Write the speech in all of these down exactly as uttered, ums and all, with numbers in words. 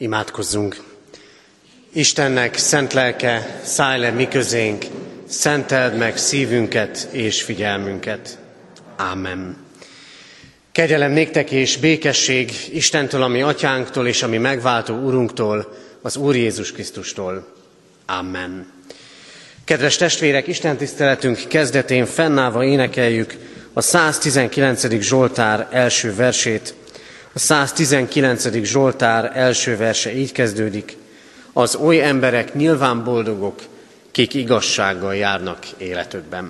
Imádkozzunk! Istennek szent lelke, szállj le mi közénk, szenteld meg szívünket és figyelmünket. Ámen. Kegyelem néktek és békesség Istentől, a mi atyánktól és a mi megváltó Urunktól, az Úr Jézus Krisztustól. Amen. Kedves testvérek, istentiszteletünk kezdetén fennállva énekeljük a száztizenkilencedik Zsoltár első versét. A száztizenkilencedik Zsoltár első verse így kezdődik: az oly emberek nyilván boldogok, kik igazsággal járnak életükben.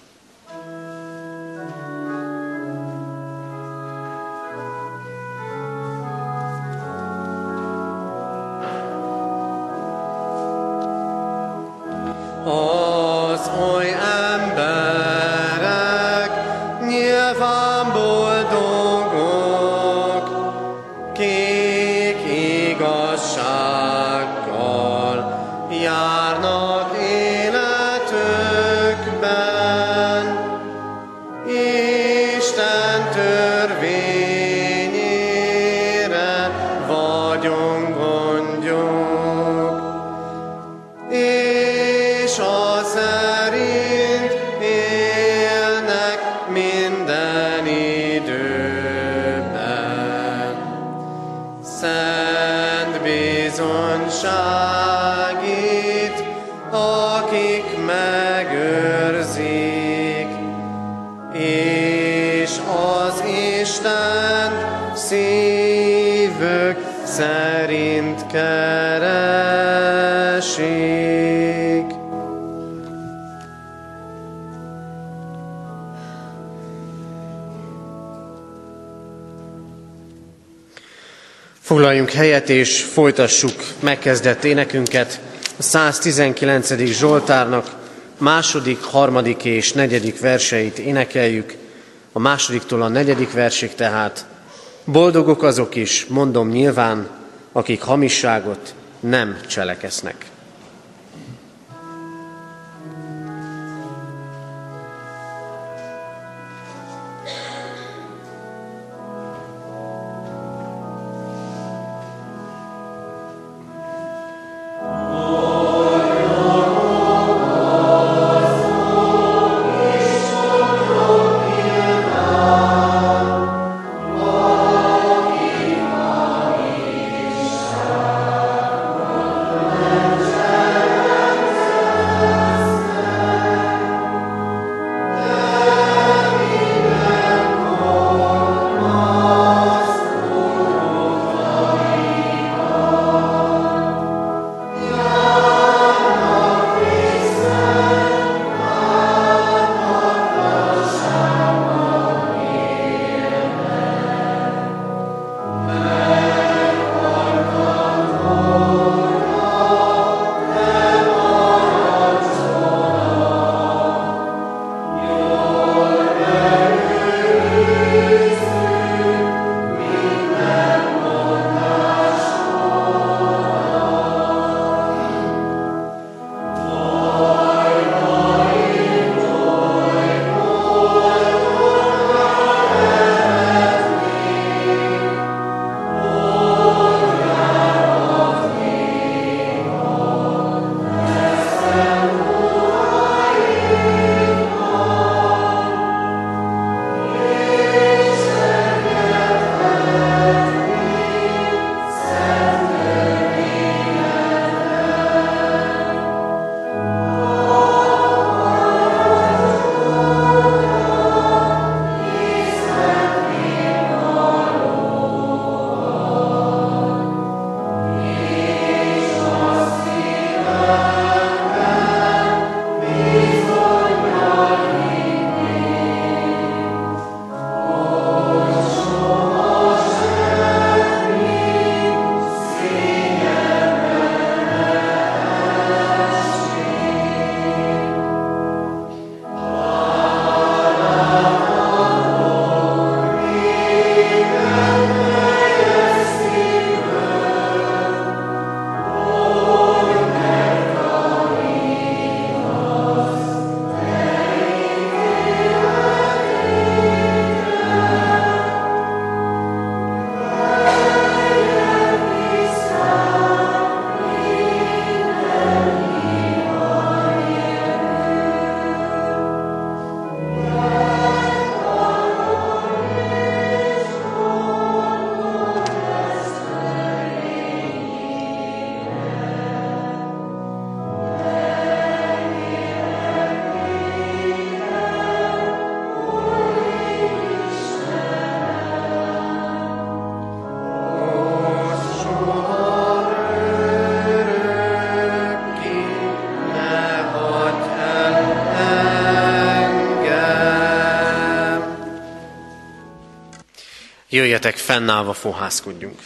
Az oly emberek nyilván boldogok, kik igazsággal járnak életükben. Isten törvényére vagyunk gondjuk, és az szerint élnek minden időben. Szent bizonyságít, akik megőrzik, és az Isten szívük szerint keresik. Foglaljunk helyet és folytassuk megkezdett énekünket. A száztizenkilencedik Zsoltárnak második, harmadik és negyedik verseit énekeljük. A másodiktól a negyedik versig tehát: boldogok azok is, mondom nyilván, akik hamisságot nem cseleksznek. Amen. Jöjjetek, fennállva fohászkodjunk.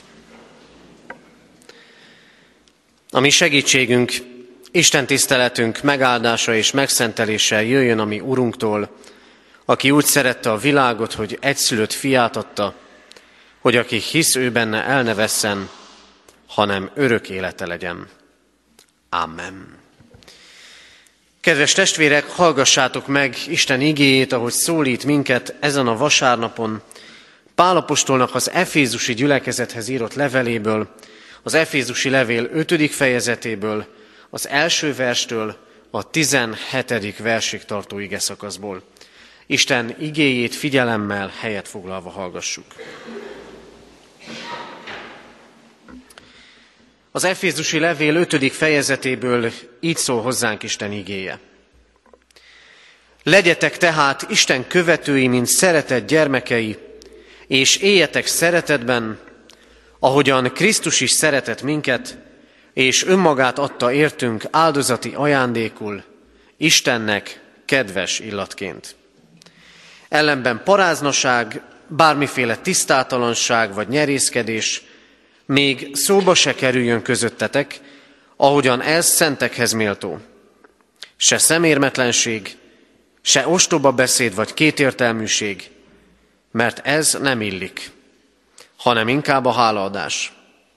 A mi segítségünk, Isten tiszteletünk megáldása és megszentelése jöjjön a mi Urunktól, aki úgy szerette a világot, hogy egyszülött fiát adta, hogy aki hisz ő benne, el ne vesszen, hanem örök élete legyen. Amen. Kedves testvérek, hallgassátok meg Isten igéjét, ahogy szólít minket ezen a vasárnapon, Pál apostolnak az efézusi gyülekezethez írott leveléből, az efézusi levél ötödik fejezetéből, az első verstől a tizenhetedik versig tartó igeszakaszból. Isten igéjét figyelemmel, helyet foglalva hallgassuk. Az efézusi levél ötödik fejezetéből így szól hozzánk Isten igéje. Legyetek tehát Isten követői, mint szeretett gyermekei, és éljetek szeretetben, ahogyan Krisztus is szeretett minket, és önmagát adta értünk áldozati ajándékul, Istennek kedves illatként. Ellenben paráznaság, bármiféle tisztátalanság vagy nyerészkedés még szóba se kerüljön közöttetek, ahogyan ez szentekhez méltó. Se szemérmetlenség, se ostoba beszéd vagy kétértelműség, mert ez nem illik, hanem inkább a hálaadás.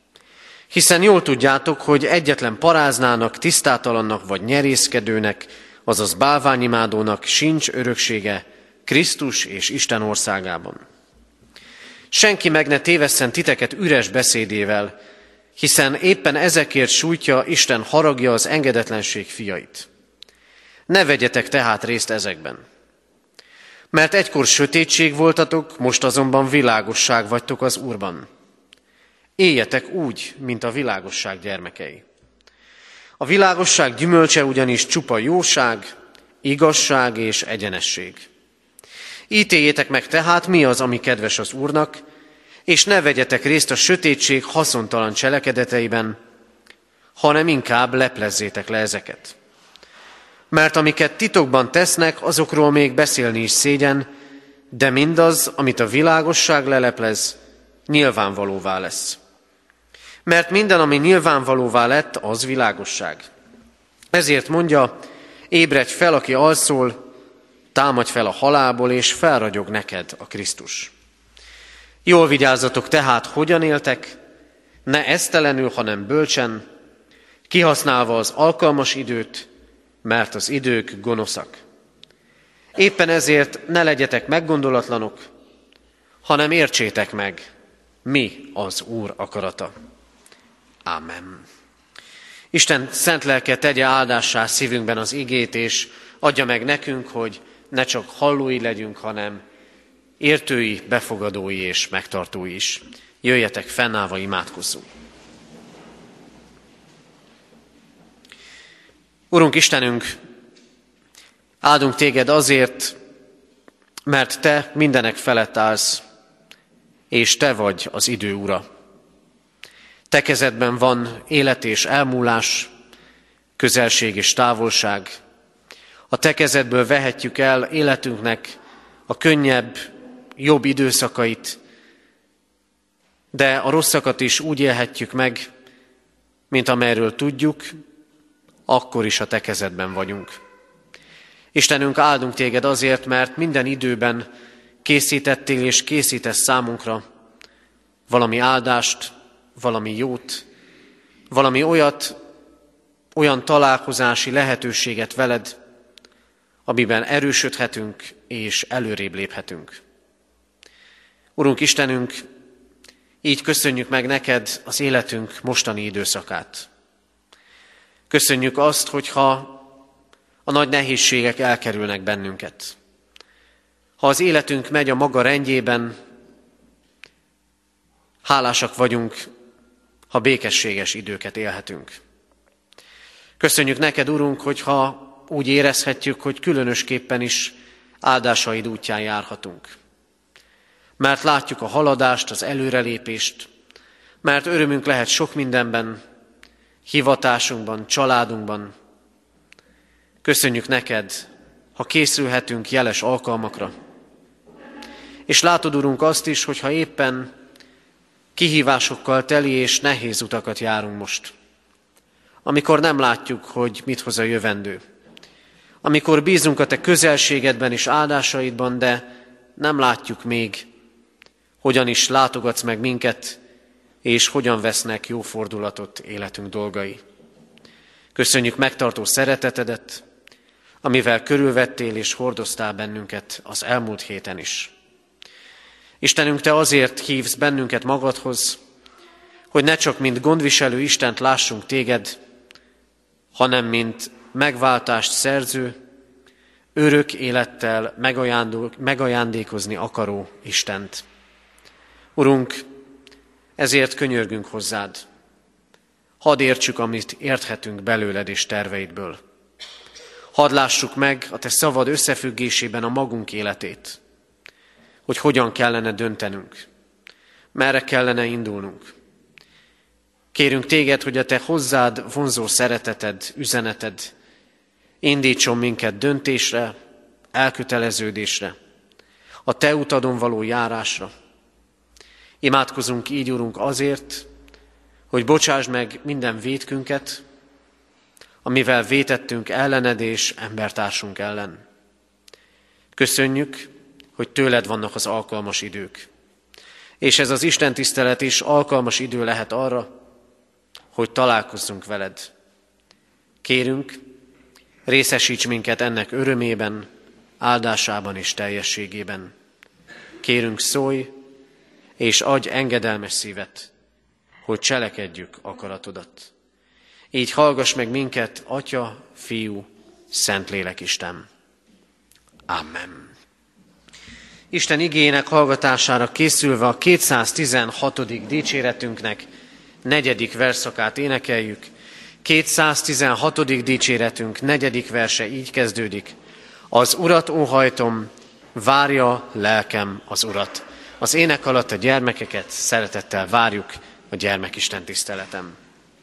Hiszen jól tudjátok, hogy egyetlen paráznának, tisztátalannak vagy nyerészkedőnek, azaz bálványimádónak sincs öröksége Krisztus és Isten országában. Senki meg ne tévesszen titeket üres beszédével, hiszen éppen ezekért sújtja Isten haragja az engedetlenség fiait. Ne vegyetek tehát részt ezekben. Mert egykor sötétség voltatok, most azonban világosság vagytok az Úrban. Éljetek úgy, mint a világosság gyermekei. A világosság gyümölcse ugyanis csupa jóság, igazság és egyenesség. Ítéljétek meg tehát, mi az, ami kedves az Úrnak, és ne vegyetek részt a sötétség haszontalan cselekedeteiben, hanem inkább leplezzétek le ezeket. Mert amiket titokban tesznek, azokról még beszélni is szégyen, de mindaz, amit a világosság leleplez, nyilvánvalóvá lesz. Mert minden, ami nyilvánvalóvá lett, az világosság. Ezért mondja, ébredj fel, aki alszol, támadj fel a halálból, és felragyog neked a Krisztus. Jól vigyázzatok tehát, hogyan éltek, ne esztelenül, hanem bölcsen, kihasználva az alkalmas időt, mert az idők gonoszak. Éppen ezért ne legyetek meggondolatlanok, hanem értsétek meg, mi az Úr akarata. Ámen. Isten szent lelke tegye áldássá szívünkben az igét, és adja meg nekünk, hogy ne csak hallói legyünk, hanem értői, befogadói és megtartói is. Jöjjetek, fennállva imádkozzunk. Urunk Istenünk, áldunk téged azért, mert te mindenek felett állsz, és te vagy az idő ura. Te kezedben van élet és elmúlás, közelség és távolság. A te kezedből vehetjük el életünknek a könnyebb, jobb időszakait, de a rosszakat is úgy élhetjük meg, mint amelyről tudjuk, akkor is a te kezedben vagyunk. Istenünk, áldunk téged azért, mert minden időben készítettél és készítesz számunkra valami áldást, valami jót, valami olyat, olyan találkozási lehetőséget veled, amiben erősödhetünk és előrébb léphetünk. Urunk Istenünk, így köszönjük meg neked az életünk mostani időszakát. Köszönjük azt, hogyha a nagy nehézségek elkerülnek bennünket. Ha az életünk megy a maga rendjében, hálásak vagyunk, ha békességes időket élhetünk. Köszönjük neked, Urunk, hogyha úgy érezhetjük, hogy különösképpen is áldásaid útján járhatunk. Mert látjuk a haladást, az előrelépést, mert örömünk lehet sok mindenben, hivatásunkban, családunkban. Köszönjük neked, ha készülhetünk jeles alkalmakra. és látod, Urunk, azt is, hogyha éppen kihívásokkal teli és nehéz utakat járunk most. Amikor nem látjuk, hogy mit hoz a jövendő. Amikor bízunk a Te közelségedben és áldásaidban, de nem látjuk még, hogyan is látogatsz meg minket, és hogyan vesznek jó fordulatot életünk dolgai. Köszönjük megtartó szeretetedet, amivel körülvettél és hordoztál bennünket az elmúlt héten is. Istenünk, Te azért hívsz bennünket magadhoz, hogy ne csak mint gondviselő Istent lássunk Téged, hanem mint megváltást szerző, örök élettel megajándékozni akaró Istent. Urunk, ezért könyörgünk hozzád. Hadd értsük, amit érthetünk belőled és terveidből. Hadd lássuk meg a Te szavad összefüggésében a magunk életét, hogy hogyan kellene döntenünk, merre kellene indulnunk. Kérünk Téged, hogy a Te hozzád vonzó szereteted, üzeneted indítson minket döntésre, elköteleződésre, a Te utadon való járásra. Imádkozunk így, Urunk, azért, hogy bocsásd meg minden vétkünket, amivel vétettünk ellened és embertársunk ellen. Köszönjük, hogy tőled vannak az alkalmas idők. És ez az istentisztelet is alkalmas idő lehet arra, hogy találkozzunk veled. Kérünk, részesíts minket ennek örömében, áldásában és teljességében. Kérünk, szólj, és adj engedelmes szívet, hogy cselekedjük akaratodat. Így hallgass meg minket, Atya, Fiú, Szentlélek Isten. Amen. Isten igéjének hallgatására készülve a kétszáztizenhatodik dicséretünknek negyedik verszakát énekeljük. kétszáztizenhatodik dicséretünk negyedik verse így kezdődik. Az Urat óhajtom, várja lelkem az Urat. Az ének alatt a gyermekeket szeretettel várjuk a gyermekisten tiszteletem.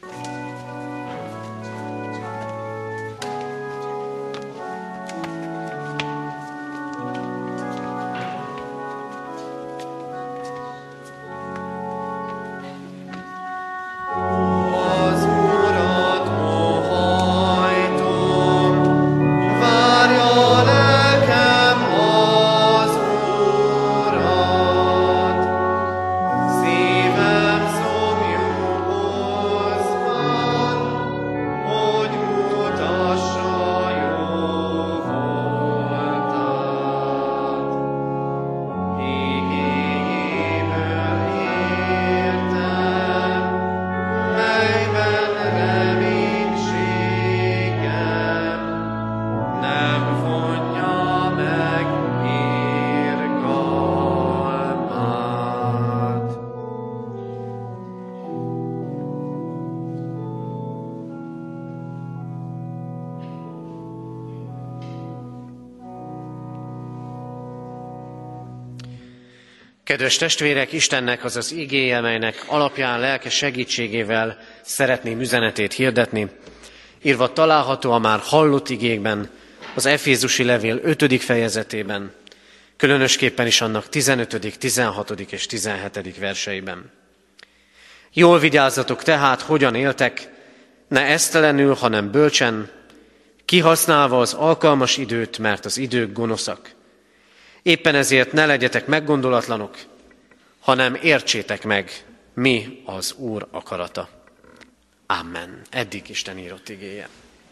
Kedves testvérek, Istennek az az igéje, melynek alapján lelke segítségével szeretném üzenetét hirdetni, írva található a már hallott igékben, az Efézusi levél ötödik fejezetében, különösképpen is annak tizenötödik, tizenhatodik és tizenhetedik verseiben. Jól vigyázzatok tehát, hogyan éltek, ne esztelenül, hanem bölcsen, kihasználva az alkalmas időt, mert az idők gonoszak. Éppen ezért ne legyetek meggondolatlanok, hanem értsétek meg, mi az Úr akarata. Amen. Eddig Isten írott igéje.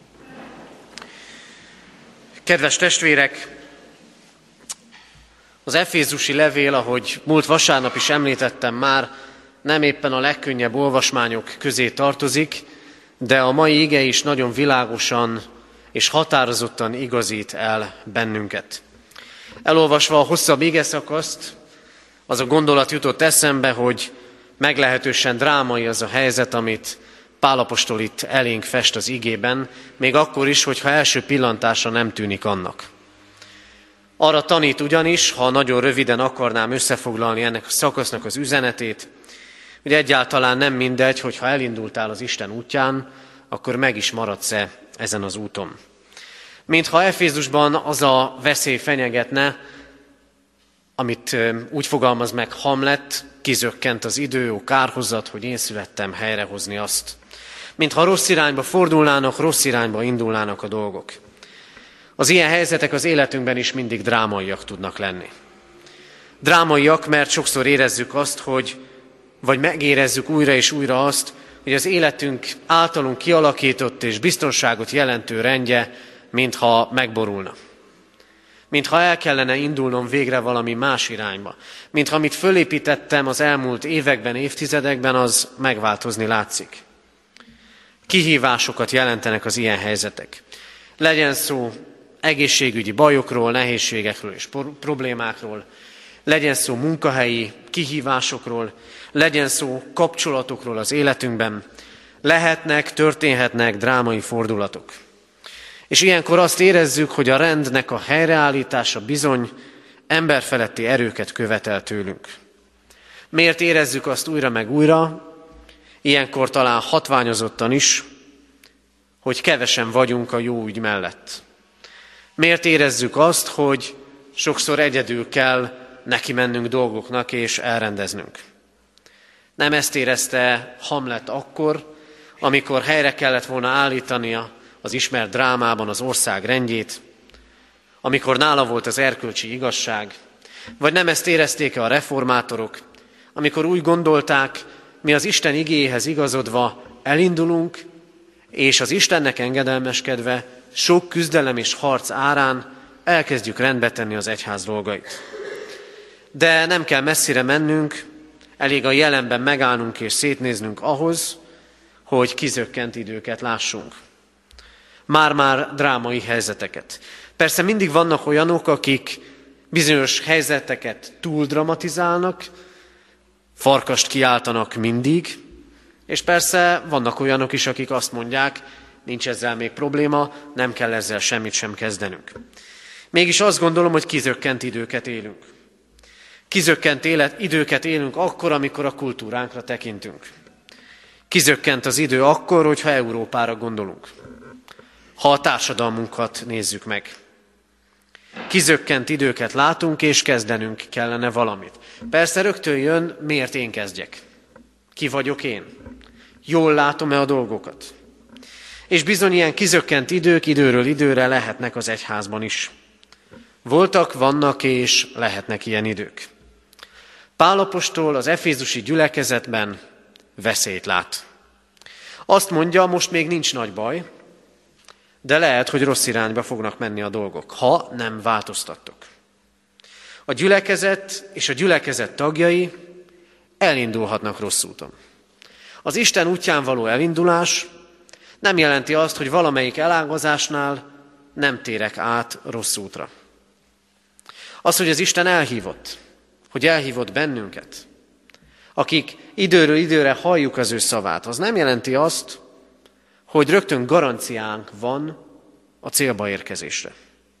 Kedves testvérek, az Efézusi levél, ahogy múlt vasárnap is említettem már, nem éppen a legkönnyebb olvasmányok közé tartozik, de a mai ige is nagyon világosan és határozottan igazít el bennünket. Elolvasva a hosszabb igeszakaszt, az a gondolat jutott eszembe, hogy meglehetősen drámai az a helyzet, amit Pál apostol itt elénk fest az igében, még akkor is, hogyha első pillantásra nem tűnik annak. Arra tanít ugyanis, ha nagyon röviden akarnám összefoglalni ennek a szakasznak az üzenetét, hogy egyáltalán nem mindegy, hogyha elindultál az Isten útján, akkor meg is maradsz-e ezen az úton. Mintha Efézusban az a veszély fenyegetne, amit úgy fogalmaz meg Hamlet, kizökkent az idő, ó kárhozat, hogy én születtem helyrehozni azt. Mintha rossz irányba fordulnának, rossz irányba indulnának a dolgok. Az ilyen helyzetek az életünkben is mindig drámaiak tudnak lenni. Drámaiak, mert sokszor érezzük azt, hogy, vagy megérezzük újra és újra azt, hogy az életünk általunk kialakított és biztonságot jelentő rendje, mintha megborulna. Mintha el kellene indulnom végre valami más irányba. Mintha amit fölépítettem az elmúlt években, évtizedekben, az megváltozni látszik. Kihívásokat jelentenek az ilyen helyzetek. Legyen szó egészségügyi bajokról, nehézségekről és problémákról, legyen szó munkahelyi kihívásokról, legyen szó kapcsolatokról az életünkben, lehetnek, történhetnek drámai fordulatok. És ilyenkor azt érezzük, hogy a rendnek a helyreállítása bizony emberfeletti erőket követel tőlünk. Miért érezzük azt újra meg újra, ilyenkor talán hatványozottan is, hogy kevesen vagyunk a jó ügy mellett? Miért érezzük azt, hogy sokszor egyedül kell neki mennünk dolgoknak és elrendeznünk? Nem ezt érezte Hamlet akkor, amikor helyre kellett volna állítania az ismert drámában az ország rendjét, amikor nála volt az erkölcsi igazság, vagy nem ezt érezték-e a reformátorok, amikor úgy gondolták, mi az Isten igéjéhez igazodva elindulunk, és az Istennek engedelmeskedve sok küzdelem és harc árán elkezdjük rendbe tenni az egyház dolgait. De nem kell messzire mennünk, elég a jelenben megállnunk és szétnéznünk ahhoz, hogy kizökkent időket lássunk. Már-már drámai helyzeteket. Persze mindig vannak olyanok, akik bizonyos helyzeteket túl dramatizálnak, farkast kiáltanak mindig, és persze vannak olyanok is, akik azt mondják, nincs ezzel még probléma, nem kell ezzel semmit sem kezdenünk. Mégis azt gondolom, hogy kizökkent időket élünk. Kizökkent élet, időket élünk akkor, amikor a kultúránkra tekintünk. Kizökkent az idő akkor, hogyha Európára gondolunk. Ha a társadalmunkat nézzük meg. Kizökkent időket látunk, és kezdenünk kellene valamit. Persze rögtön jön, miért én kezdjek? Ki vagyok én? Jól látom-e a dolgokat? És bizony ilyen kizökkent idők időről időre lehetnek az egyházban is. Voltak, vannak és lehetnek ilyen idők. Pál apostol az efézusi gyülekezetben veszélyt lát. Azt mondja, most még nincs nagy baj, de lehet, hogy rossz irányba fognak menni a dolgok, ha nem változtattok. A gyülekezet és a gyülekezet tagjai elindulhatnak rossz úton. Az Isten útján való elindulás nem jelenti azt, hogy valamelyik elágazásnál nem térek át rossz útra. Az, hogy az Isten elhívott, hogy elhívott bennünket, akik időről időre halljuk az ő szavát, az nem jelenti azt, hogy rögtön garanciánk van a célba érkezésre.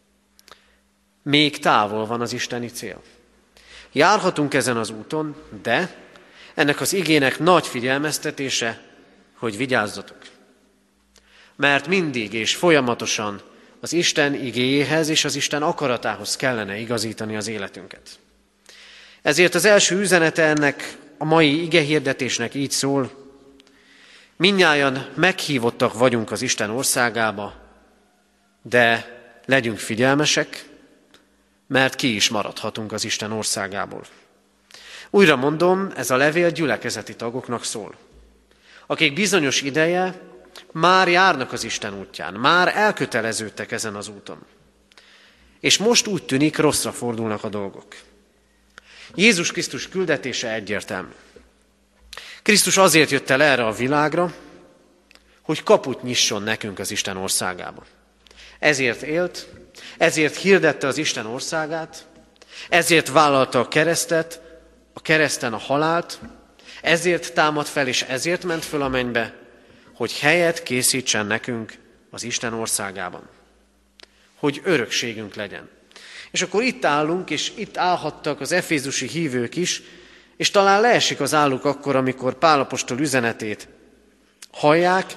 Még távol van az isteni cél. Járhatunk ezen az úton, de ennek az igének nagy figyelmeztetése, hogy vigyázzatok. Mert mindig és folyamatosan az Isten igéjéhez és az Isten akaratához kellene igazítani az életünket. Ezért az első üzenete ennek a mai igehirdetésnek így szól: mindnyájan meghívottak vagyunk az Isten országába, de legyünk figyelmesek, mert ki is maradhatunk az Isten országából. Újra mondom, ez a levél gyülekezeti tagoknak szól, akik bizonyos ideje már járnak az Isten útján, már elköteleződtek ezen az úton. És most úgy tűnik, rosszra fordulnak a dolgok. Jézus Krisztus küldetése egyértelmű. Krisztus azért jött el erre a világra, hogy kaput nyisson nekünk az Isten országába. Ezért élt, ezért hirdette az Isten országát, ezért vállalta a keresztet, a kereszten a halált, ezért támad fel és ezért ment föl a mennybe, hogy helyet készítsen nekünk az Isten országában. Hogy örökségünk legyen. És akkor itt állunk, és itt állhattak az efézusi hívők is, és talán leesik az álluk akkor, amikor Pál apostol üzenetét hallják,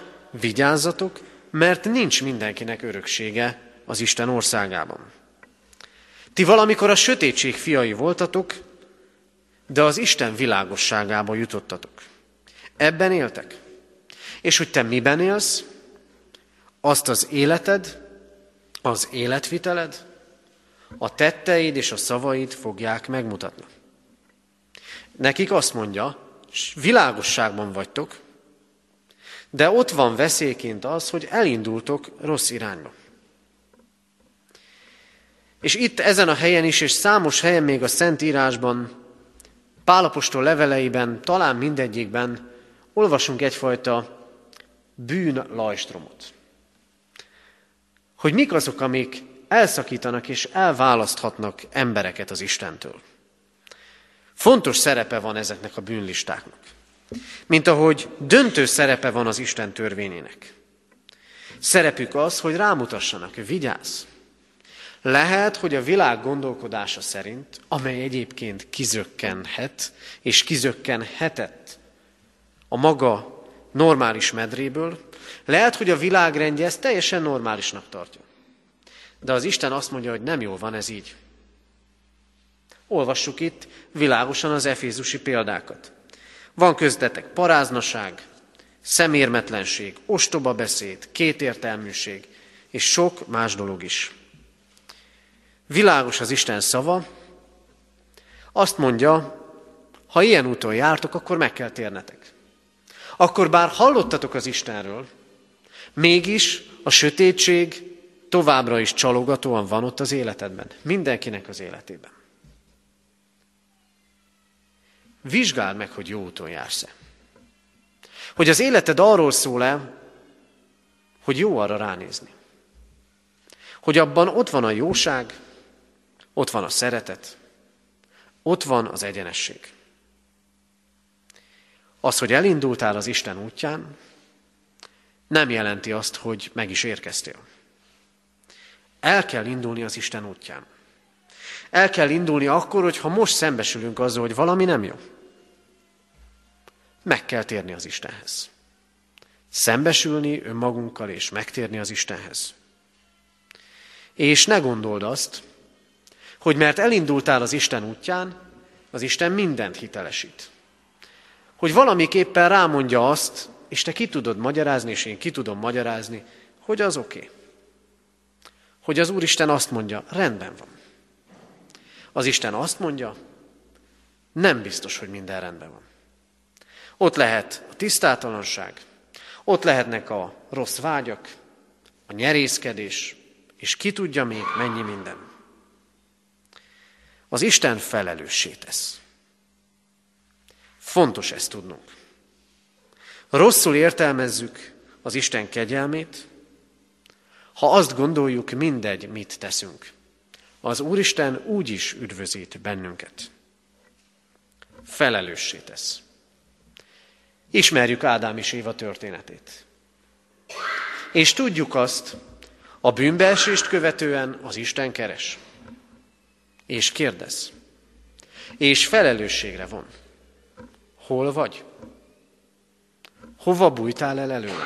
vigyázzatok, mert nincs mindenkinek öröksége az Isten országában. Ti valamikor a sötétség fiai voltatok, de az Isten világosságába jutottatok. Ebben éltek. És hogy te miben élsz, azt az életed, az életviteled, a tetteid és a szavaid fogják megmutatni. Nekik azt mondja, világosságban vagytok, de ott van veszélyként az, hogy elindultok rossz irányba. És itt ezen a helyen is, és számos helyen még a Szentírásban, Pál apostol leveleiben, talán mindegyikben olvasunk egyfajta bűnlajstromot. Hogy mik azok, amik elszakítanak és elválaszthatnak embereket az Istentől. Fontos szerepe van ezeknek a bűnlistáknak. Mint ahogy döntő szerepe van az Isten törvényének. Szerepük az, hogy rámutassanak, vigyázz. Lehet, hogy a világ gondolkodása szerint, amely egyébként kizökkenhet, és kizökkenhetett a maga normális medréből, lehet, hogy a világrendje ezt teljesen normálisnak tartja. De az Isten azt mondja, hogy nem jól van ez így. Olvassuk itt világosan az efézusi példákat. Van köztetek paráznaság, szemérmetlenség, ostoba beszéd, kétértelműség, és sok más dolog is. Világos az Isten szava, azt mondja, ha ilyen úton jártok, akkor meg kell térnetek. Akkor bár hallottatok az Istenről, mégis a sötétség továbbra is csalogatóan van ott az életedben, mindenkinek az életében. Vizsgáld meg, hogy jó úton jársz-e. Hogy az életed arról szól-e, hogy jó arra ránézni. Hogy abban ott van a jóság, ott van a szeretet, ott van az egyenesség. Az, hogy elindultál az Isten útján, nem jelenti azt, hogy meg is érkeztél. El kell indulni az Isten útján. El kell indulni akkor, hogyha most szembesülünk azzal, hogy valami nem jó. Meg kell térni az Istenhez. Szembesülni önmagunkkal és megtérni az Istenhez. És ne gondold azt, hogy mert elindultál az Isten útján, az Isten mindent hitelesít. Hogy valamiképpen rámondja azt, és te ki tudod magyarázni, és én ki tudom magyarázni, hogy az oké. Okay. Hogy az Úristen azt mondja, rendben van. Az Isten azt mondja, nem biztos, hogy minden rendben van. Ott lehet a tisztátalanság, ott lehetnek a rossz vágyak, a nyerészkedés, és ki tudja még mennyi minden. Az Isten felelőssé tesz. Fontos ezt tudnunk. Rosszul értelmezzük az Isten kegyelmét, ha azt gondoljuk, mindegy, mit teszünk. Az Úristen úgy is üdvözít bennünket. Felelőssé tesz. Ismerjük Ádám és Éva történetét. És tudjuk azt, a bűnbeesést követően az Isten keres. És kérdez. És felelősségre von. Hol vagy? Hova bújtál el előle?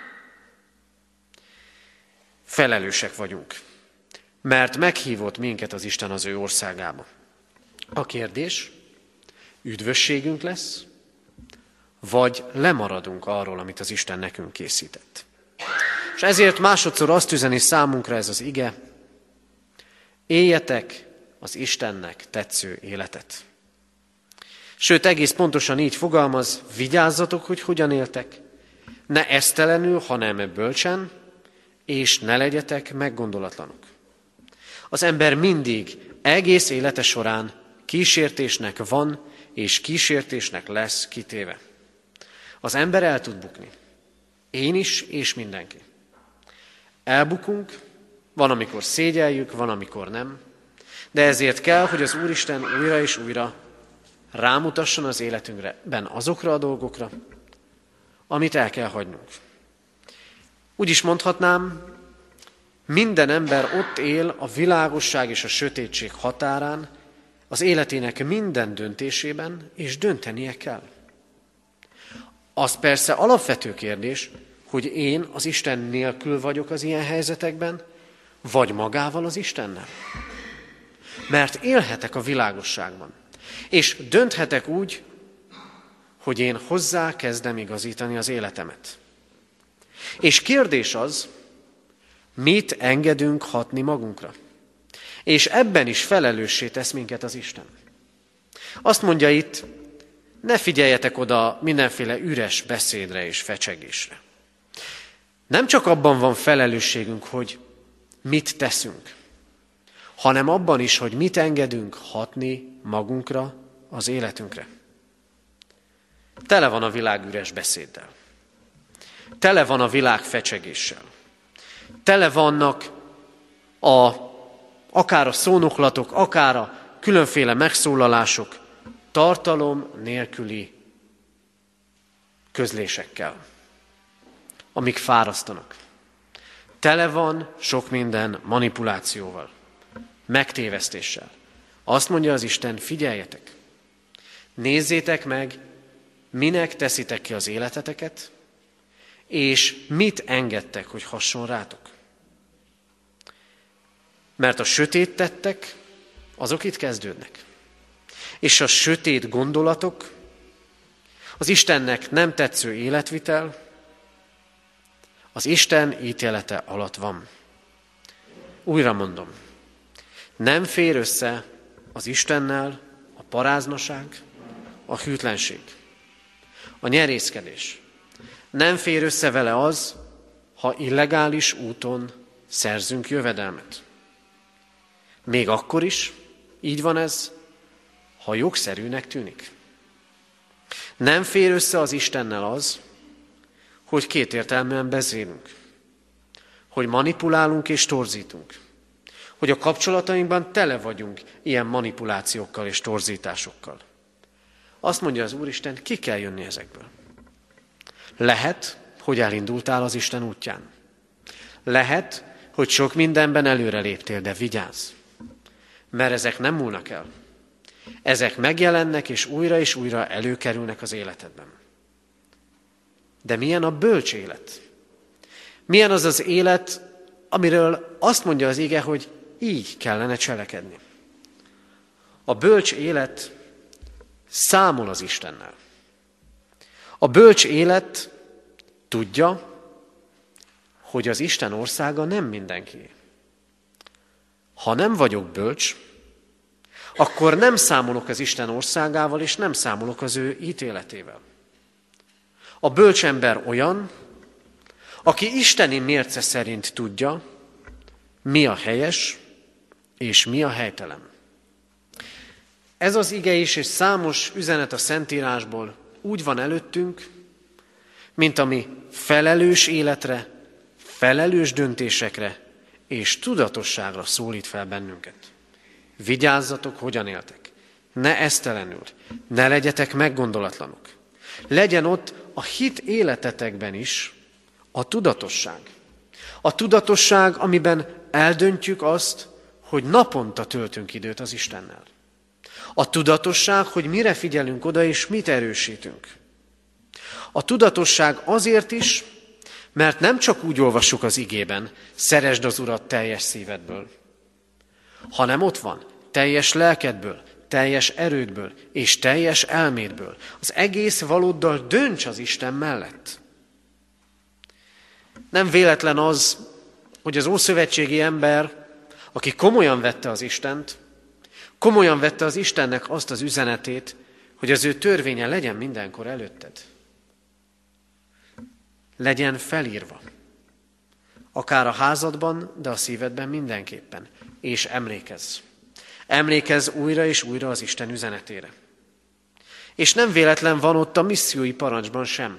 Felelősek vagyunk, mert meghívott minket az Isten az ő országába. A kérdés, üdvösségünk lesz, vagy lemaradunk arról, amit az Isten nekünk készített. És ezért másodszor azt üzeni számunkra ez az ige, éljetek az Istennek tetsző életet. Sőt, egész pontosan így fogalmaz, vigyázzatok, hogy hogyan éltek, ne esztelenül, hanem bölcsen, és ne legyetek meggondolatlanok. Az ember mindig, egész élete során kísértésnek van, és kísértésnek lesz kitéve. Az ember el tud bukni. Én is, és mindenki. Elbukunk, van, amikor szégyeljük, van, amikor nem, de ezért kell, hogy az Úristen újra és újra rámutasson az életünkben azokra a dolgokra, amit el kell hagynunk. Úgy is mondhatnám, minden ember ott él a világosság és a sötétség határán, az életének minden döntésében, és döntenie kell. Az persze alapvető kérdés, hogy én az Isten nélkül vagyok az ilyen helyzetekben, vagy magával az Istennel. mert élhetek a világosságban. És dönthetek úgy, hogy én hozzá kezdem igazítani az életemet. És kérdés az, mit engedünk hatni magunkra. És ebben is felelőssé tesz minket az Isten. Azt mondja itt, ne figyeljetek oda mindenféle üres beszédre és fecsegésre. Nem csak abban van felelősségünk, hogy mit teszünk, hanem abban is, hogy mit engedünk hatni magunkra, az életünkre. Tele van a világ üres beszéddel. Tele van a világ fecsegéssel. Tele vannak a, akár a szónoklatok, akár a különféle megszólalások tartalom nélküli közlésekkel, amik fárasztanak. Tele van sok minden manipulációval, megtévesztéssel. Azt mondja az Isten, figyeljetek, nézzétek meg, minek teszitek ki az életeteket, és mit engedtek, hogy hasson rátok. Mert a sötét tettek, azok itt kezdődnek. És a sötét gondolatok, az Istennek nem tetsző életvitel, az Isten ítélete alatt van. Újra mondom, nem fér össze az Istennel a paráznaság, a hűtlenség, a nyerészkedés. Nem fér össze vele az, ha illegális úton szerzünk jövedelmet. Még akkor is, így van ez, ha jogszerűnek tűnik. Nem fér össze az Istennel az, hogy kétértelműen beszélünk, hogy manipulálunk és torzítunk, hogy a kapcsolatainkban tele vagyunk ilyen manipulációkkal és torzításokkal. Azt mondja az Úristen, ki kell jönni ezekből. Lehet, hogy elindultál az Isten útján. Lehet, hogy sok mindenben előre léptél, de vigyázz, mert ezek nem múlnak el. Ezek megjelennek, és újra és újra előkerülnek az életedben. De milyen a bölcs élet? Milyen az az élet, amiről azt mondja az ige, hogy így kellene cselekedni? A bölcs élet számol az Istennel. A bölcs élet tudja, hogy az Isten országa nem mindenkié. Ha nem vagyok bölcs, akkor nem számolok az Isten országával, és nem számolok az ő ítéletével. A bölcs ember olyan, aki isteni mérce szerint tudja, mi a helyes, és mi a helytelen. Ez az ige is, és számos üzenet a Szentírásból úgy van előttünk, mint ami felelős életre, felelős döntésekre és tudatosságra szólít fel bennünket. Vigyázzatok, hogyan éltek. Ne esztelenül, ne legyetek meggondolatlanok. Legyen ott a hit életetekben is a tudatosság. A tudatosság, amiben eldöntjük azt, hogy naponta töltünk időt az Istennel. A tudatosság, hogy mire figyelünk oda, és mit erősítünk. A tudatosság azért is, mert nem csak úgy olvassuk az igében, szeresd az Urat teljes szívedből, hanem ott van, teljes lelkedből, teljes erődből és teljes elmédből. Az egész valóddal dönts az Isten mellett. Nem véletlen az, hogy az ószövetségi ember, aki komolyan vette az Istent, komolyan vette az Istennek azt az üzenetét, hogy az ő törvénye legyen mindenkor előtted. Legyen felírva. Akár a házadban, de a szívedben mindenképpen. És emlékezz. Emlékezz újra és újra az Isten üzenetére. És nem véletlen van ott a missziói parancsban sem.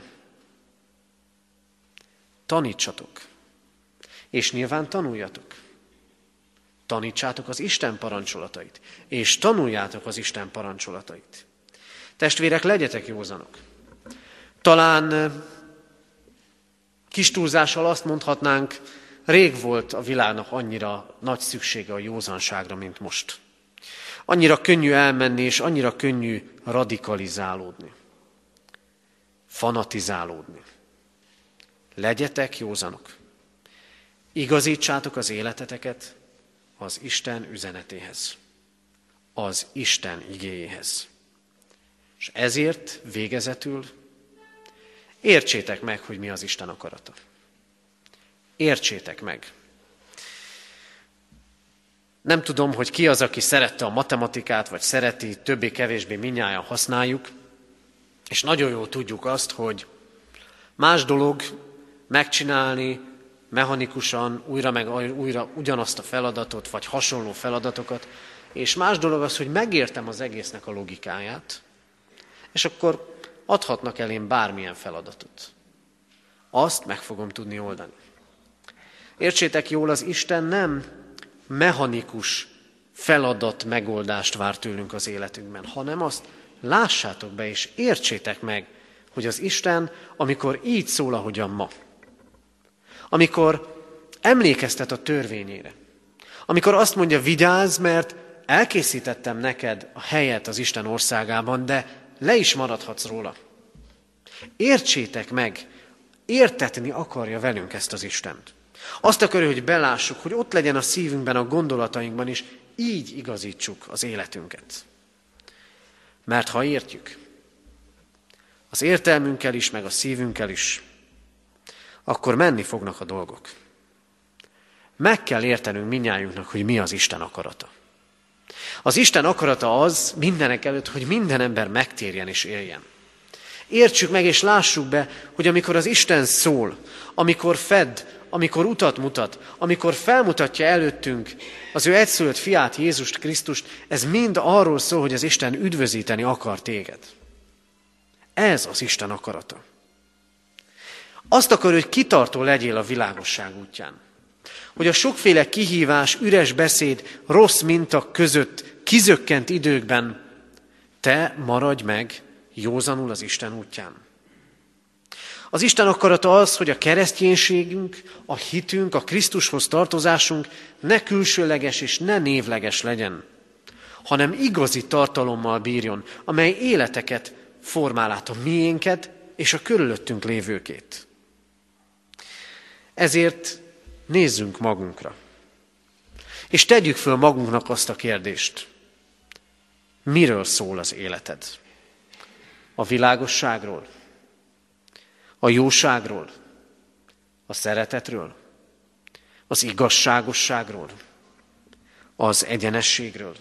Tanítsatok. És nyilván tanuljatok. Tanítsátok az Isten parancsolatait. És tanuljátok az Isten parancsolatait. Testvérek, legyetek józanok. Talán kis túlzással azt mondhatnánk, rég volt a világnak annyira nagy szüksége a józanságra, mint most. Annyira könnyű elmenni, és annyira könnyű radikalizálódni. Fanatizálódni. Legyetek józanok. Igazítsátok az életeteket az Isten üzenetéhez. az Isten igéjéhez. És ezért végezetül értsétek meg, hogy mi az Isten akarata. Értsétek meg. Nem tudom, hogy ki az, aki szerette a matematikát, vagy szereti, többé-kevésbé mindnyájan használjuk, és nagyon jól tudjuk azt, hogy más dolog megcsinálni mechanikusan újra meg újra ugyanazt a feladatot, vagy hasonló feladatokat, és más dolog az, hogy megértem az egésznek a logikáját, és akkor adhatnak elém bármilyen feladatot. Azt meg fogom tudni oldani. Értsétek jól, az Isten nem mechanikus feladat megoldást vár tőlünk az életünkben, hanem azt lássátok be és értsétek meg, hogy az Isten, amikor így szól, ahogyan ma, amikor emlékeztet a törvényére, amikor azt mondja, vigyázz, mert elkészítettem neked a helyet az Isten országában, de le is maradhatsz róla. Értsétek meg, értetni akarja velünk ezt az Istent. Azt akarja, hogy belássuk, hogy ott legyen a szívünkben, a gondolatainkban is, így igazítsuk az életünket. Mert ha értjük, az értelmünkkel is, meg a szívünkkel is, akkor menni fognak a dolgok. Meg kell értenünk mindnyájunknak, hogy mi az Isten akarata. Az Isten akarata az mindenek előtt, hogy minden ember megtérjen és éljen. Értsük meg és lássuk be, hogy amikor az Isten szól, amikor fed, amikor utat mutat, amikor felmutatja előttünk az ő egyszülött fiát, Jézust Krisztust, ez mind arról szól, hogy az Isten üdvözíteni akar téged. Ez az Isten akarata. Azt akarja, hogy kitartó legyél a világosság útján. Hogy a sokféle kihívás, üres beszéd, rossz mintak között kizökkent időkben te maradj meg józanul az Isten útján. Az Isten akarata az, hogy a kereszténységünk, a hitünk, a Krisztushoz tartozásunk ne külsőleges és ne névleges legyen, hanem igazi tartalommal bírjon, amely életeket formál át, a miénket és a körülöttünk lévőkét. Ezért nézzünk magunkra, és tegyük föl magunknak azt a kérdést, miről szól az életed? A világosságról? A jóságról? A szeretetről? Az igazságosságról? Az egyenességről?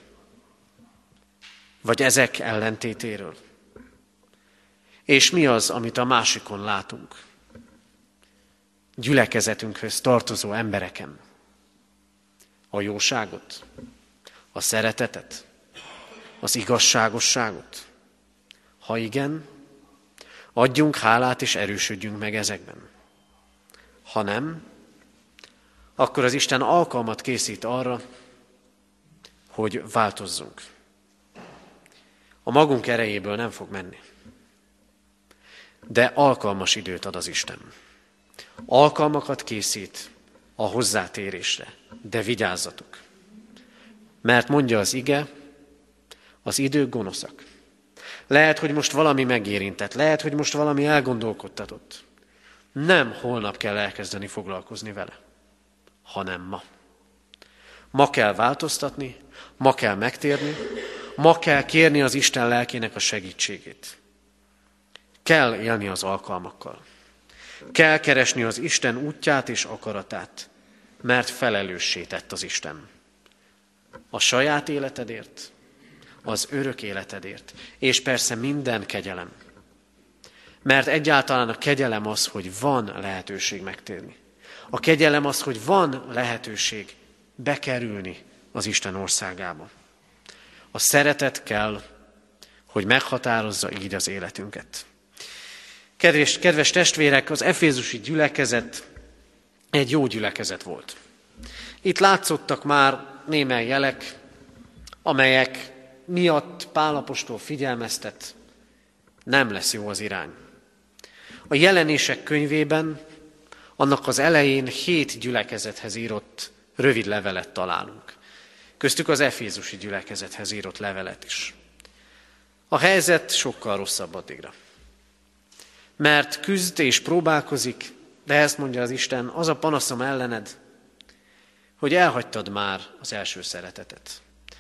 Vagy ezek ellentétéről? És mi az, amit a másikon látunk? Gyülekezetünkhöz tartozó embereken. A jóságot? A szeretetet? Az igazságosságot? Ha igen, adjunk hálát és erősödjünk meg ezekben. Ha nem, akkor az Isten alkalmat készít arra, hogy változzunk. A magunk erejéből nem fog menni. De alkalmas időt ad az Isten. Alkalmakat készít a hozzátérésre, de vigyázzatok. Mert mondja az ige, az idők gonoszak. Lehet, hogy most valami megérintett, lehet, hogy most valami elgondolkodtatott. Nem holnap kell elkezdeni foglalkozni vele, hanem ma. Ma kell változtatni, ma kell megtérni, ma kell kérni az Isten lelkének a segítségét. Kell élni az alkalmakkal. Kell keresni az Isten útját és akaratát, mert felelőssé tett az Isten. A saját életedért, az örök életedért, és persze minden kegyelem. Mert egyáltalán a kegyelem az, hogy van lehetőség megtérni. A kegyelem az, hogy van lehetőség bekerülni az Isten országába. A szeretet kell, hogy meghatározza így az életünket. Kedves, kedves testvérek, az efézusi gyülekezet egy jó gyülekezet volt. Itt látszottak már némely jelek, amelyek miatt Pál apostol figyelmeztet, nem lesz jó az irány. A Jelenések könyvében, annak az elején hét gyülekezethez írott rövid levelet találunk. Köztük az efézusi gyülekezethez írott levelet is. A helyzet sokkal rosszabb addigra. Mert küzd és próbálkozik, de ezt mondja az Isten, az a panaszom ellened, hogy elhagytad már az első szeretetet.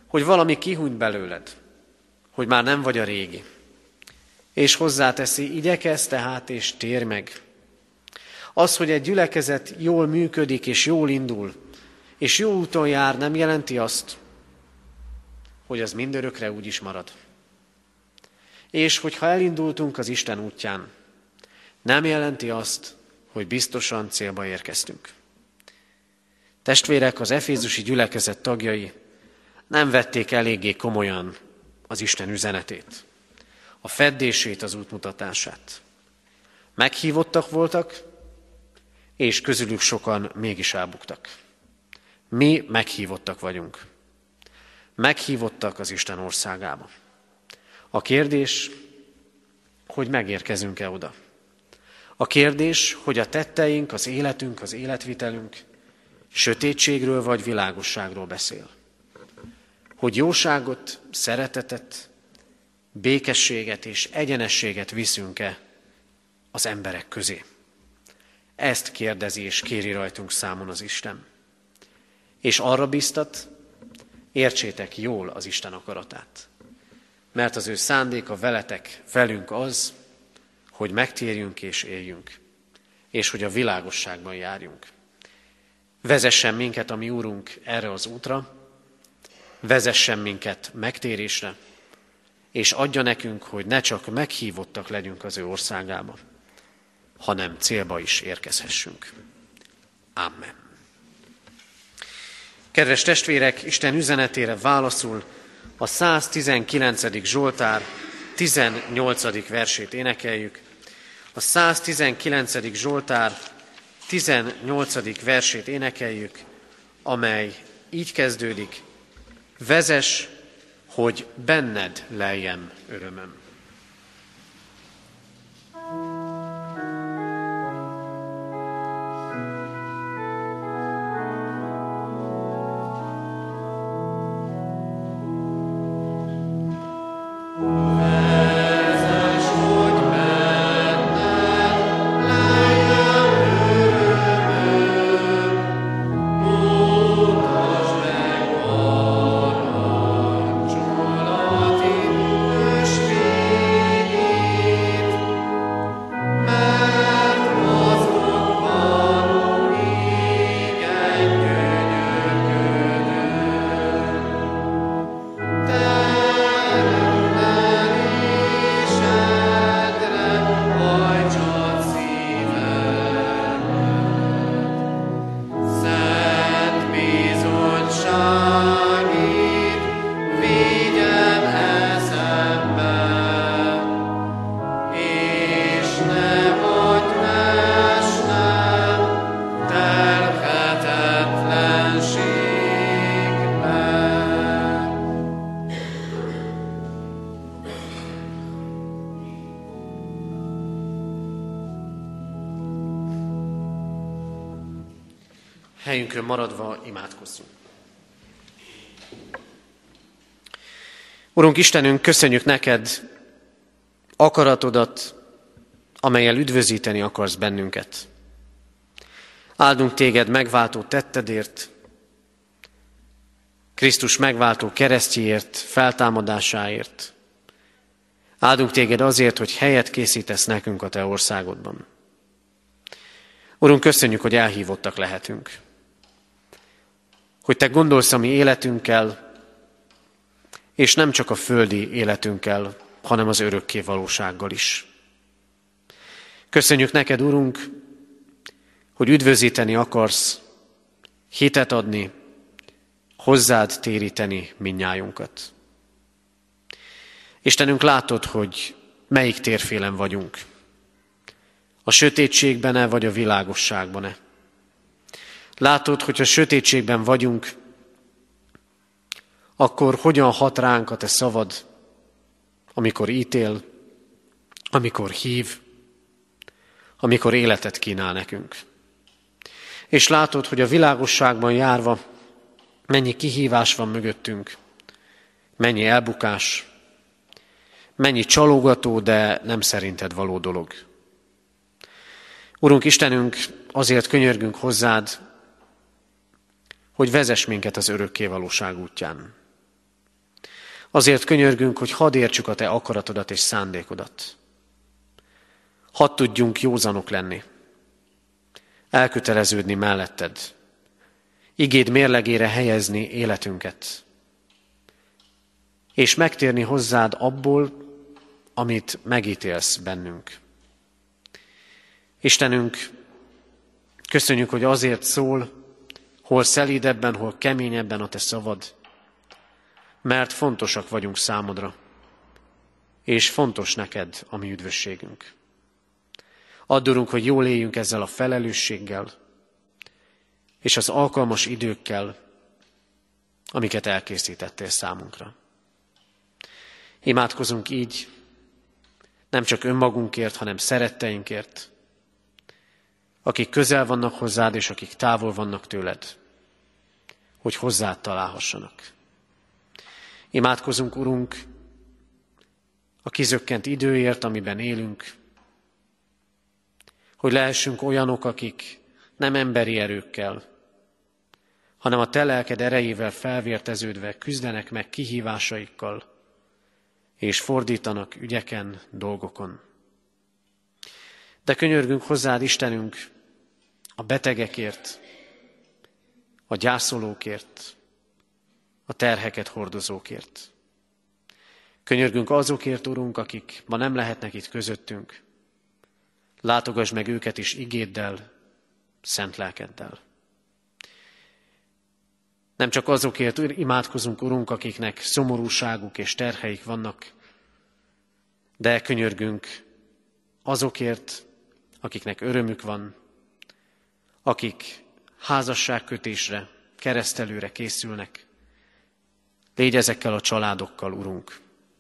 hogy valami kihúnyt belőled, hogy már nem vagy a régi. És hozzáteszi, igyekezz tehát és térj meg. Az, hogy egy gyülekezet jól működik és jól indul, és jó úton jár, nem jelenti azt, hogy az mindörökre úgy is marad. És hogyha elindultunk az Isten útján, nem jelenti azt, hogy biztosan célba érkeztünk. Testvérek, az efézusi gyülekezet tagjai nem vették eléggé komolyan az Isten üzenetét, a feddését, az útmutatását. Meghívottak voltak, és közülük sokan mégis elbuktak. Mi meghívottak vagyunk. Meghívottak az Isten országába. A kérdés, hogy megérkezünk-e oda. A kérdés, hogy a tetteink, az életünk, az életvitelünk sötétségről vagy világosságról beszél. Hogy jóságot, szeretetet, békességet és egyenességet viszünk-e az emberek közé. Ezt kérdezi és kéri rajtunk számon az Isten. És arra biztat, értsétek jól az Isten akaratát. Mert az ő szándéka veletek, velünk az, hogy megtérjünk és éljünk, és hogy a világosságban járjunk. Vezessen minket a mi Úrunk erre az útra, vezessen minket megtérésre, és adja nekünk, hogy ne csak meghívottak legyünk az ő országába, hanem célba is érkezhessünk. Amen. Kedves testvérek, Isten üzenetére válaszul a száztizenkilencedik Zsoltár tizennyolcadik versét énekeljük. A száztizenkilencedik Zsoltár tizennyolcadik versét énekeljük, amely így kezdődik: vezess, hogy benned leljem örömöm. Helyünkön maradva imádkozzunk. Urunk Istenünk, köszönjük neked akaratodat, amellyel üdvözíteni akarsz bennünket. Áldunk téged megváltó tettedért, Krisztus megváltó keresztjéért, feltámadásáért. Áldunk téged azért, hogy helyet készítesz nekünk a te országodban. Urunk, köszönjük, hogy elhívottak lehetünk. Hogy te gondolsz a mi életünkkel, és nem csak a földi életünkkel, hanem az örökké valósággal is. Köszönjük neked, Urunk, hogy üdvözíteni akarsz, hitet adni, hozzád téríteni mindnyájunkat. Istenünk, látod, hogy melyik térfélen vagyunk. A sötétségben-e, vagy a világosságban-e? Látod, hogy a sötétségben vagyunk, akkor hogyan hat ránk a te szavad, amikor ítél, amikor hív, amikor életet kínál nekünk. És látod, hogy a világosságban járva mennyi kihívás van mögöttünk, mennyi elbukás, mennyi csalogató, de nem szerinted való dolog. Urunk Istenünk, azért könyörgünk hozzád, hogy vezess minket az örökké valóság útján. Azért könyörgünk, hogy hadd értsük a Te akaratodat és szándékodat. Hadd tudjunk józanok lenni, elköteleződni melletted, igéd mérlegére helyezni életünket, és megtérni hozzád abból, amit megítélsz bennünk. Istenünk, köszönjük, hogy azért szól, hol szelídebben, hol keményebben a Te szavad, mert fontosak vagyunk számodra, és fontos neked a mi üdvösségünk. Add, Urunk, hogy jól éljünk ezzel a felelősséggel, és az alkalmas időkkel, amiket elkészítettél számunkra. Imádkozunk így, nem csak önmagunkért, hanem szeretteinkért, akik közel vannak hozzád, és akik távol vannak tőled, hogy hozzád találhassanak. Imádkozunk, Urunk, a kizökkent időért, amiben élünk, hogy lehessünk olyanok, akik nem emberi erőkkel, hanem a Te lelked erejével felvérteződve küzdenek meg kihívásaikkal, és fordítanak ügyeken, dolgokon. De könyörgünk hozzád, Istenünk, a betegekért, a gyászolókért, a terheket hordozókért. Könyörgünk azokért, Urunk, akik ma nem lehetnek itt közöttünk. Látogass meg őket is igéddel, szent lelkeddel. Nem csak azokért imádkozunk, Urunk, akiknek szomorúságuk és terheik vannak, de könyörgünk azokért, akiknek örömük van, akik házasságkötésre, keresztelőre készülnek. Légy ezekkel a családokkal, Urunk.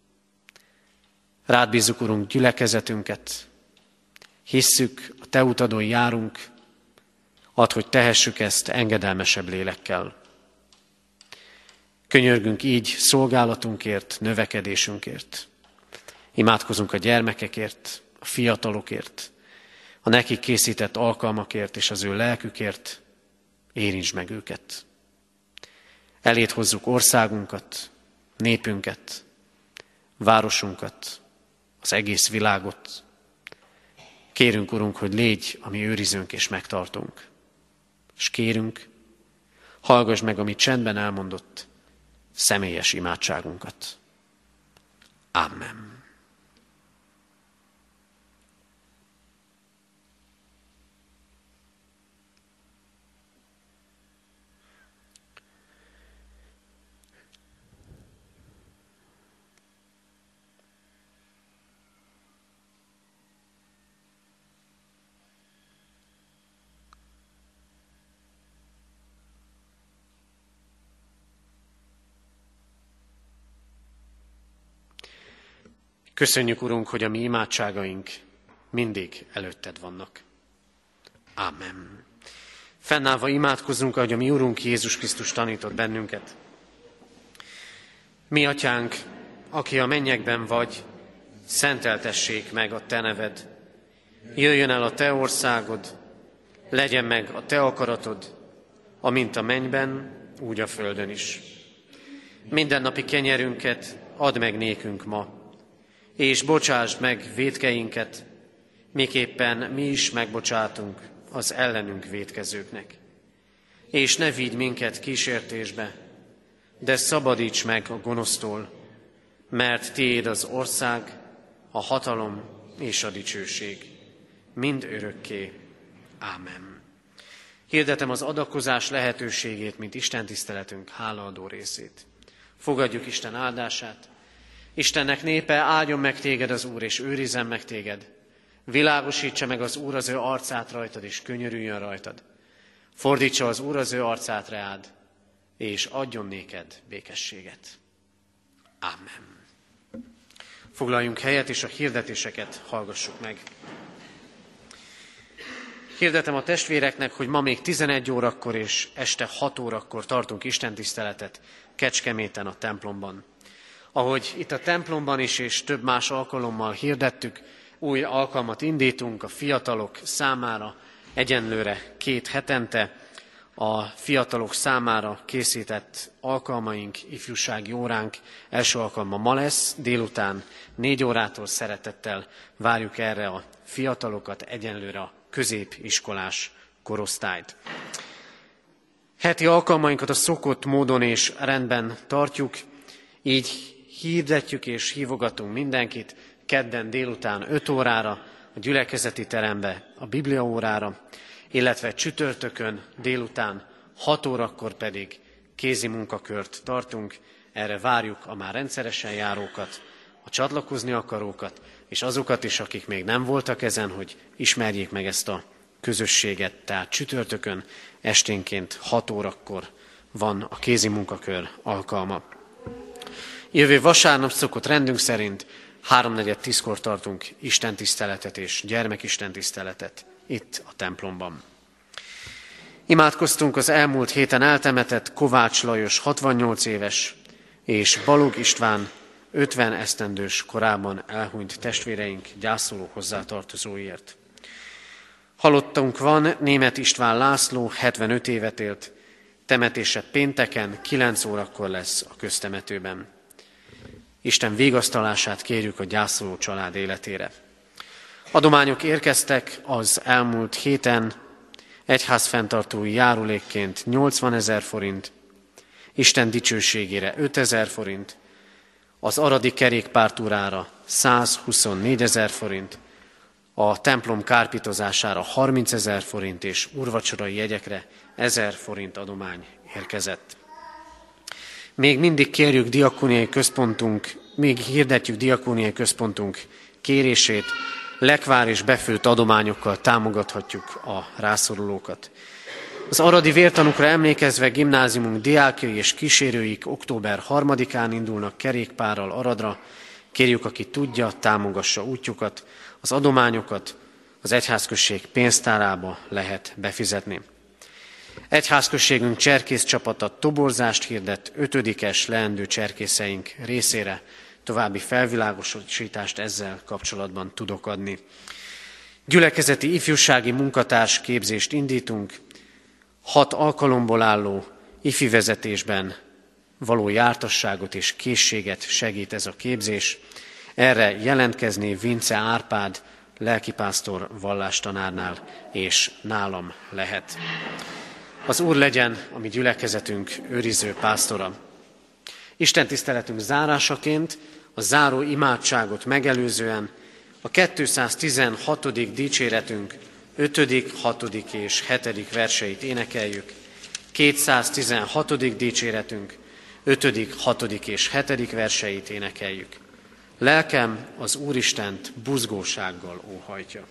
Rád bízzuk, Urunk, gyülekezetünket, hisszük, a Te utadon járunk, add, hogy tehessük ezt engedelmesebb lélekkel. Könyörgünk így szolgálatunkért, növekedésünkért. Imádkozunk a gyermekekért, a fiatalokért, a nekik készített alkalmakért és az ő lelkükért, érintsd meg őket. Eléd hozzuk országunkat, népünket, városunkat, az egész világot. Kérünk, Urunk, hogy légy a mi őrizőnk és megtartunk. És kérünk, hallgass meg a mi csendben elmondott személyes imádságunkat. Amen. Köszönjük, Urunk, hogy a mi imádságaink mindig előtted vannak. Ámen. Fennállva imádkozzunk, ahogy a mi Urunk Jézus Krisztus tanított bennünket. Mi Atyánk, aki a mennyekben vagy, szenteltessék meg a Te neved. Jöjjön el a Te országod, legyen meg a Te akaratod, amint a mennyben, úgy a földön is. Mindennapi kenyerünket add meg nékünk ma, és bocsásd meg vétkeinket, miképpen mi is megbocsátunk az ellenünk vétkezőknek. És ne vigy minket kísértésbe, de szabadíts meg a gonosztól, mert tiéd az ország, a hatalom és a dicsőség, mind örökké. Ámen. Hirdetem az adakozás lehetőségét, mint Isten tiszteletünk hálaadó részét. Fogadjuk Isten áldását. Istennek népe, áldjon meg téged az Úr, és őrizzen meg téged. Világosítsa meg az Úr az ő arcát rajtad, és könyörüljön rajtad. Fordítsa az Úr az ő arcát reád, és adjon néked békességet. Ámen. Foglaljunk helyet, és a hirdetéseket hallgassuk meg. Hirdetem a testvéreknek, hogy ma még tizenegy órakor és este hat órakor tartunk istentiszteletet Kecskeméten a templomban. Ahogy itt a templomban is és több más alkalommal hirdettük, új alkalmat indítunk a fiatalok számára egyenlőre két hetente. a fiatalok számára készített alkalmaink, ifjúsági óránk első alkalma ma lesz, délután négy órától szeretettel várjuk erre a fiatalokat, egyenlőre a középiskolás korosztályt. Heti alkalmainkat a szokott módon és rendben tartjuk, így hirdetjük és hívogatunk mindenkit kedden délután öt órára a gyülekezeti terembe, a bibliaórára, illetve csütörtökön délután hat órakor pedig kézi munkakört tartunk. Erre várjuk a már rendszeresen járókat, a csatlakozni akarókat, és azokat is, akik még nem voltak ezen, hogy ismerjék meg ezt a közösséget. Tehát csütörtökön esténként hat órakor van a kézi munkakör alkalma. Jövő vasárnap szokott rendünk szerint háromnegyed tízkor tartunk istentiszteletet és gyermekistentiszteletet itt a templomban. Imádkoztunk az elmúlt héten eltemetett Kovács Lajos hatvannyolc éves és Balog István ötven esztendős korában elhunyt testvéreink gyászoló hozzátartozóiért. Halottunk van Németh István László, hetvenöt évet élt, temetése pénteken kilenc órakor lesz a köztemetőben. Isten vigasztalását kérjük a gyászoló család életére. Adományok érkeztek az elmúlt héten, egyházfenntartói járulékként nyolcvanezer forint, Isten dicsőségére ötezer forint, az aradi kerékpártúrára százhuszonnégyezer forint, a templom kárpitozására harmincezer forint és úrvacsorai jegyekre ezer forint adomány érkezett. Még mindig kérjük diakóniai központunk, még hirdetjük diakóniai központunk kérését, lekvár és befőtt adományokkal támogathatjuk a rászorulókat. Az aradi vértanúkra emlékezve gimnáziumunk diákjai és kísérőik október harmadikán indulnak kerékpárral Aradra. Kérjük, aki tudja, támogassa útjukat, az adományokat az egyházközség pénztárába lehet befizetni. Egyházközségünk cserkész csapata toborzást hirdet ötödikes leendő cserkészeink részére. További felvilágosítást ezzel kapcsolatban tudok adni. Gyülekezeti ifjúsági munkatárs képzést indítunk. Hat alkalomból álló ifi vezetésben való jártasságot és készséget segít ez a képzés. Erre jelentkezni Vince Árpád lelkipásztor vallástanárnál és nálam lehet. Az Úr legyen a mi gyülekezetünk őriző pásztora. Isten tiszteletünk zárásaként a záró imádságot megelőzően a kétszáztizenhatodik dicséretünk ötödik, hatodik és hetedik verseit énekeljük. kétszáztizenhatodik dicséretünk ötödik, hatodik és hetedik verseit énekeljük. Lelkem az Úristent buzgósággal óhajtja.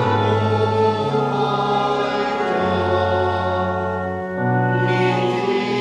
Amen.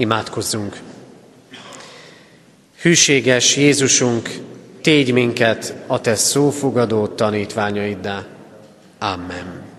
Imádkozzunk! Hűséges Jézusunk, tégy minket a te szófogadó tanítványaiddá. Amen.